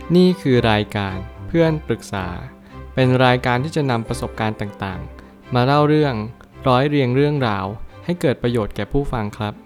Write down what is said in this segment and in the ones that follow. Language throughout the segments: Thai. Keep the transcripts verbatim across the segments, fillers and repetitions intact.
นี่คือรายการเพื่อนปรึกษาเป็นรายการที่จะนำประสบการณ์ต่างๆมาเล่าเรื่องร้อยเรียงเรื่องราวให้เกิดประโยชน์แก่ผู้ฟังครับ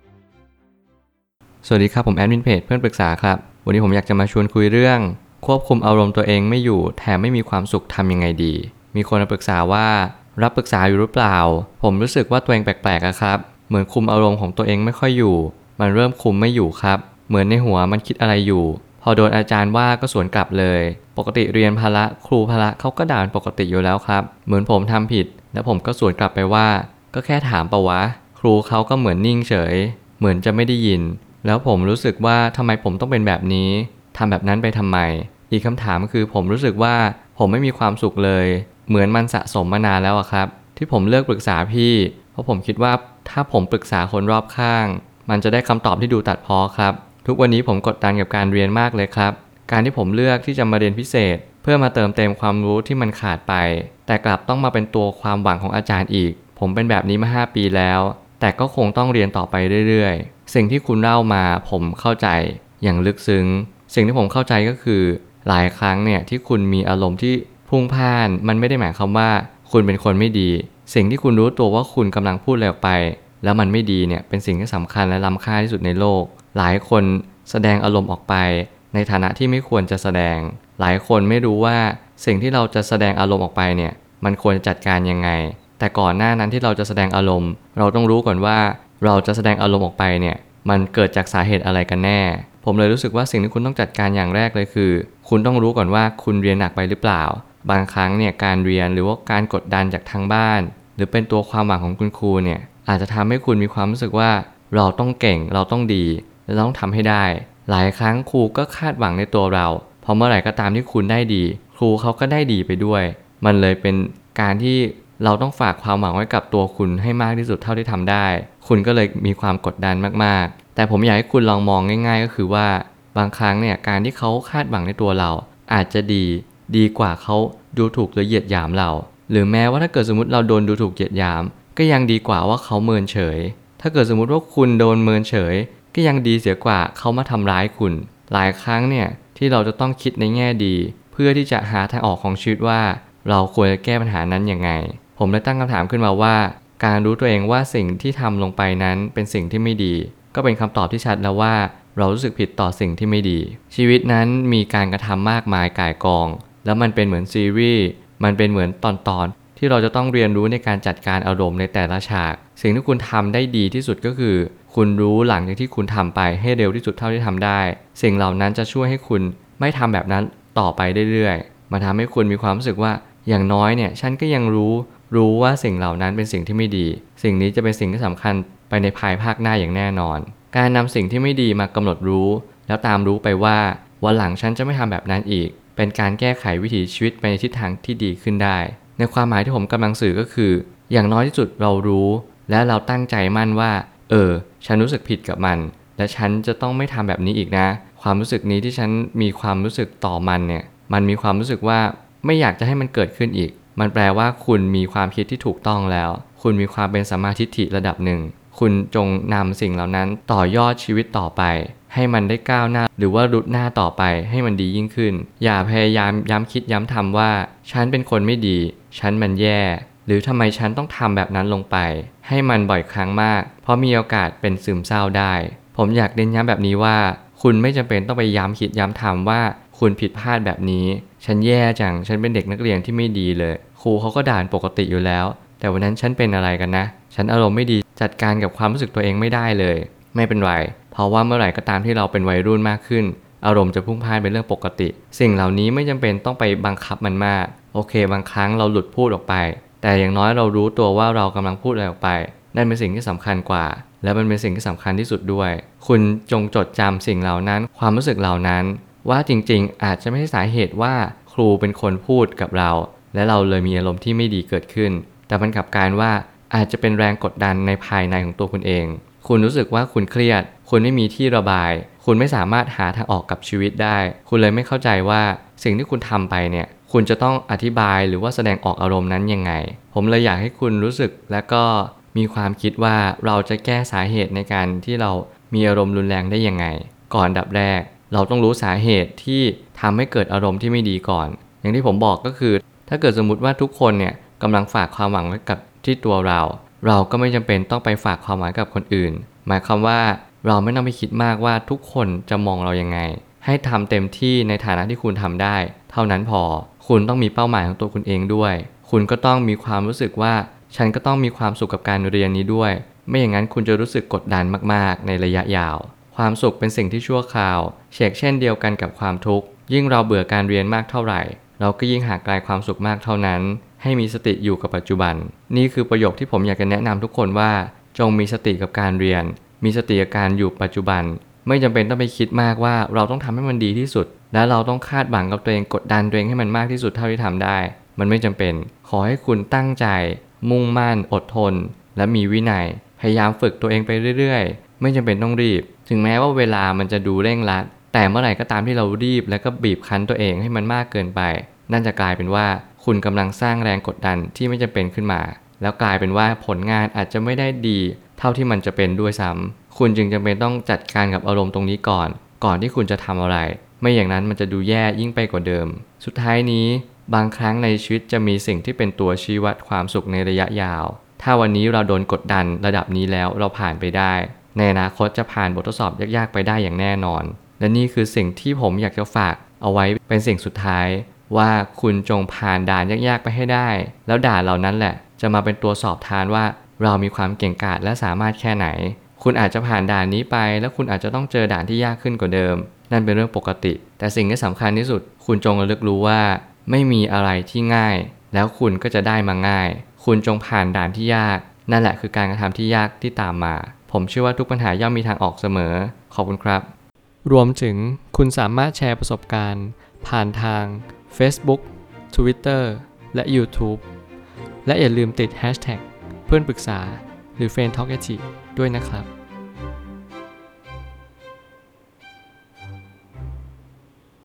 สวัสดีครับผมแอดมินเพจเพื่อนปรึกษาครับวันนี้ผมอยากจะมาชวนคุยเรื่องควบคุมอารมณ์ตัวเองไม่อยู่แถมไม่มีความสุขทำยังไงดีมีคนมาปรึกษาว่ารับปรึกษาอยู่หรือเปล่าผมรู้สึกว่าตัวเองแปลกๆอะครับเหมือนคุมอารมณ์ของตัวเองไม่ค่อยอยู่มันเริ่มคุมไม่อยู่ครับเหมือนในหัวมันคิดอะไรอยู่พอโดนอาจารย์ว่าก็สวนกลับเลยปกติเรียนพละครูพละเขาก็ด่าปกติอยู่แล้วครับเหมือนผมทำผิดแล้วผมก็สวนกลับไปว่าก็แค่ถามปะวะครูเขาก็เหมือนนิ่งเฉยเหมือนจะไม่ได้ยินแล้วผมรู้สึกว่าทำไมผมต้องเป็นแบบนี้ทำแบบนั้นไปทำไมอีกคำถามคือผมรู้สึกว่าผมไม่มีความสุขเลยเหมือนมันสะสมมานานแล้วอะครับที่ผมเลือกปรึกษาพี่เพราะผมคิดว่าถ้าผมปรึกษาคนรอบข้างมันจะได้คำตอบที่ดูตัดพ้อครับทุกวันนี้ผมกดดันกับการเรียนมากเลยครับการที่ผมเลือกที่จะมาเรียนพิเศษเพื่อมาเติมเต็มความรู้ที่มันขาดไปแต่กลับต้องมาเป็นตัวความหวังของอาจารย์อีกผมเป็นแบบนี้มาห้าปีแล้วแต่ก็คงต้องเรียนต่อไปเรื่อยๆสิ่งที่คุณเล่ามาผมเข้าใจอย่างลึกซึ้งสิ่งที่ผมเข้าใจก็คือหลายครั้งเนี่ยที่คุณมีอารมณ์ที่พุ่งพ่านมันไม่ได้หมายความว่าคุณเป็นคนไม่ดีสิ่งที่คุณรู้ตัวว่าคุณกำลังพูดอะไรออกไปแล้วมันไม่ดีเนี่ยเป็นสิ่งที่สำคัญและล้ำค่าที่สุดในโลกหลายคนแสดงอารมณ์ออกไปในฐานะที่ไม่ควรจะแสดงหลายคนไม่รู้ว่าสิ่งที่เราจะแสดงอารมณ์ออกไปเนี่ยมันควรจะจัดการยังไงแต่ก่อนหน้านั้นที่เราจะแสดงอารมณ์เราต้องรู้ก่อนว่าเราจะแสดงอารมณ์ออกไปเนี่ยมันเกิดจากสาเหตุอะไรกันแน่ผมเลยรู้สึกว่าสิ่งที่คุณต้องจัดการอย่างแรกเลยคือคุณต้องรู้ก่อนว่าคุณเรียนหนักไปหรือเปล่าบางครั้งเนี่ยการเรียนหรือว่าการกดดันจากทางบ้านหรือเป็นตัวความหวังของคุณครูเนี่ยอาจจะทำให้คุณมีความรู้สึกว่าเราต้องเก่งเราต้องดีและต้องทำให้ได้หลายครั้งครูก็คาดหวังในตัวเราเพราะเมื่อไหร่ก็ตามที่คุณได้ดีครูเขาก็ได้ดีไปด้วยมันเลยเป็นการที่เราต้องฝากความหวังไว้กับตัวคุณให้มากที่สุดเท่าที่ทำได้คุณก็เลยมีความกดดันมากๆแต่ผมอยากให้คุณลองมองง่ายๆก็คือว่าบางครั้งเนี่ยการที่เขาคาดหวังในตัวเราอาจจะดีดีกว่าเขาดูถูกหรือเหยียดหยามเราหรือแม้ว่าถ้าเกิดสมมติเราโดนดูถูกเหยียดหยามก็ยังดีกว่าว่าเขาเมินเฉยถ้าเกิดสมมติว่าคุณโดนเมินเฉยก็ยังดีเสียกว่าเขามาทำร้ายคุณหลายครั้งเนี่ยที่เราจะต้องคิดในแง่ดีเพื่อที่จะหาทางออกของชีวิตว่าเราควรจะแก้ปัญหานั้นยังไงผมเลยตั้งคำถามขึ้นมาว่าการรู้ตัวเองว่าสิ่งที่ทำลงไปนั้นเป็นสิ่งที่ไม่ดีก็เป็นคำตอบที่ชัดแล้วว่าเรารู้สึกผิดต่อสิ่งที่ไม่ดีชีวิตนั้นมีการกระทำมากมายก่ายกองแล้วมันเป็นเหมือนซีรีส์มันเป็นเหมือนตอนๆที่เราจะต้องเรียนรู้ในการจัดการอารมณ์ในแต่ละฉากสิ่งที่คุณทำได้ดีที่สุดก็คือคุณรู้หลังจากที่คุณทำไปให้เร็วที่สุดเท่าที่ทำได้สิ่งเหล่านั้นจะช่วยให้คุณไม่ทำแบบนั้นต่อไปเรื่อยๆมาทำให้คุณมีความรู้สึกว่าอย่างน้อยเนี่ยฉันก็ยังรู้รู้ว่าสิ่งเหล่านั้นเป็นสิ่งที่ไม่ดีสิ่งนี้จะเป็นสิ่งที่สำคัญไปในภายภาคหน้าอย่างแน่นอนการนำสิ่งที่ไม่ดีมากำหนดรู้แล้วตามรู้ไปว่าวันหลังฉันจะไม่ทำแบบนั้นอีกเป็นการแก้ไขวิถีชีวิตไปในทิศทางที่ดีขึ้นได้ในความหมายที่ผมกำลังสื่อก็คืออย่างน้อยที่สุดเรารู้และเราตั้งใจมั่นว่าเออฉันรู้สึกผิดกับมันและฉันจะต้องไม่ทำแบบนี้อีกนะความรู้สึกนี้ที่ฉันมีความรู้สึกต่อมันเนี่ยมันมีความรู้สึกว่าไม่อยากจะให้มันเกิดขึ้นอีกมันแปลว่าคุณมีความคิดที่ถูกต้องแล้วคุณมีความเป็นสัมมาทิฏฐิระดับหนึ่งคุณจงนำสิ่งเหล่านั้นต่อยอดชีวิตต่อไปให้มันได้ก้าวหน้าหรือว่ารุดหน้าต่อไปให้มันดียิ่งขึ้นอย่าพยายามย้ำคิดย้ำทำว่าฉันเป็นคนไม่ดีฉันมันแย่หรือทำไมฉันต้องทำแบบนั้นลงไปให้มันบ่อยครั้งมากเพราะมีโอกาสเป็นซึมเศร้าได้ผมอยากเน้นย้ำแบบนี้ว่าคุณไม่จำเป็นต้องไปย้ำคิดย้ำทำว่าคุณผิดพลาดแบบนี้ฉันแย่จังฉันเป็นเด็กนักเรียนที่ไม่ดีเลยครูเขาก็ด่าปกติอยู่แล้วแต่วันนั้นฉันเป็นอะไรกันนะฉันอารมณ์ไม่ดีจัดการกับความรู้สึกตัวเองไม่ได้เลยไม่เป็นไรเพราะว่าเมื่อไหร่ก็ตามที่เราเป็นวัยรุ่นมากขึ้นอารมณ์จะพุ่งพล่านเป็นเรื่องปกติสิ่งเหล่านี้ไม่จำเป็นต้องไปบังคับมันมากโอเคบางครั้งเราหลุดพูดออกไปแต่อย่างน้อยเรารู้ตัวว่าเรากำลังพูดอะไรออกไปนั่นเป็นสิ่งที่สำคัญกว่าและมันเป็นสิ่งที่สำคัญที่สุดด้วยคุณจงจดจำสิ่งเหล่านั้นความรู้สึกเหล่านั้นว่าจริงๆอาจจะไม่ใช่สาเหตุว่าครูเป็นคนพูดกับเราและเราเลยมีอารมณ์ที่ไม่ดีเกิดขึ้นแต่มันกลับกลายว่าอาจจะเป็นแรงกดดันในภายในของตัวคุณเองคุณรู้สึกว่าคุณเครียดคุณไม่มีที่ระบายคุณไม่สามารถหาทางออกกับชีวิตได้คุณเลยไม่เข้าใจว่าสิ่งที่คุณทำไปเนี่ยคุณจะต้องอธิบายหรือว่าแสดงออกอารมณ์นั้นยังไงผมเลยอยากให้คุณรู้สึกและก็มีความคิดว่าเราจะแก้สาเหตุในการที่เรามีอารมณ์รุนแรงได้ยังไงก่อนอันดับแรกเราต้องรู้สาเหตุที่ทำให้เกิดอารมณ์ที่ไม่ดีก่อนอย่างที่ผมบอกก็คือถ้าเกิดสมมุติว่าทุกคนเนี่ยกำลังฝากความหวังไว้กับที่ตัวเราเราก็ไม่จำเป็นต้องไปฝากความหวังกับคนอื่นหมายความว่าเราไม่ต้องไปคิดมากว่าทุกคนจะมองเรายังไงให้ทำเต็มที่ในฐานะที่คุณทำได้เท่านั้นพอคุณต้องมีเป้าหมายของตัวคุณเองด้วยคุณก็ต้องมีความรู้สึกว่าฉันก็ต้องมีความสุขกับการเรียนนี้ด้วยไม่อย่างนั้นคุณจะรู้สึกกดดันมากๆในระยะยาวความสุขเป็นสิ่งที่ชั่วคราวเช่นเช่นเดียวกันกับความทุกข์ยิ่งเราเบื่อการเรียนมากเท่าไหร่เราก็ยิ่งห่างไกลความสุขมากเท่านั้นให้มีสติอยู่กับปัจจุบันนี่คือประโยคที่ผมอยากจะแนะนำทุกคนว่าจงมีสติกับการเรียนมีสติกับการอยู่ปัจจุบันไม่จำเป็นต้องไปคิดมากว่าเราต้องทำให้มันดีที่สุดและเราต้องคาดหวังกับตัวเองกดดันตัวเองให้มันมากที่สุดเท่าที่ทำได้มันไม่จำเป็นขอให้คุณตั้งใจมุ่งมั่นอดทนและมีวินัยพยายามฝึกตัวเองไปเรื่อยๆไม่จำเป็นต้องรีบถึงแม้ว่าเวลามันจะดูเร่งรัดแต่เมื่อไหร่ก็ตามที่เรารีบและก็บีบคั้นตัวเองให้มันมากเกินไปนั่นจะกลายเป็นว่าคุณกำลังสร้างแรงกดดันที่ไม่จำเป็นขึ้นมาแล้วกลายเป็นว่าผลงานอาจจะไม่ได้ดีเท่าที่มันจะเป็นด้วยซ้ำคุณจึงจำเป็นต้องจัดการกับอารมณ์ตรงนี้ก่อนก่อนที่คุณจะทำอะไรไม่อย่างนั้นมันจะดูแย่ยิ่งไปกว่าเดิมสุดท้ายนี้บางครั้งในชีวิตจะมีสิ่งที่เป็นตัวชี้วัดความสุขในระยะยาวถ้าวันนี้เราโดนกดดันระดับนี้แล้วเราผ่านไปได้ในอนาคตจะผ่านบททดสอบยากๆไปได้อย่างแน่นอนและนี่คือสิ่งที่ผมอยากจะฝากเอาไว้เป็นสิ่งสุดท้ายว่าคุณจงผ่านด่านยากๆไปให้ได้แล้วด่านเหล่านั้นแหละจะมาเป็นตัวสอบทานว่าเรามีความเก่งกาจและสามารถแค่ไหนคุณอาจจะผ่านด่านนี้ไปแล้วคุณอาจจะต้องเจอด่านที่ยากขึ้นกว่าเดิมนั่นเป็นเรื่องปกติแต่สิ่งที่สำคัญที่สุดคุณจงระลึกรู้ว่าไม่มีอะไรที่ง่ายแล้วคุณก็จะได้มาง่ายคุณจงผ่านด่านที่ยากนั่นแหละคือการกระทำที่ยากที่ตามมาผมเชื่อว่าทุกปัญหาย่อมมีทางออกเสมอขอบคุณครับรวมถึงคุณสามารถแชร์ประสบการณ์ผ่านทาง Facebook Twitter และ YouTube และอย่าลืมติด แฮชแท็ก เพื่อนปรึกษาหรือ เฟรนด์ ทอล์ก ด้วยนะครับ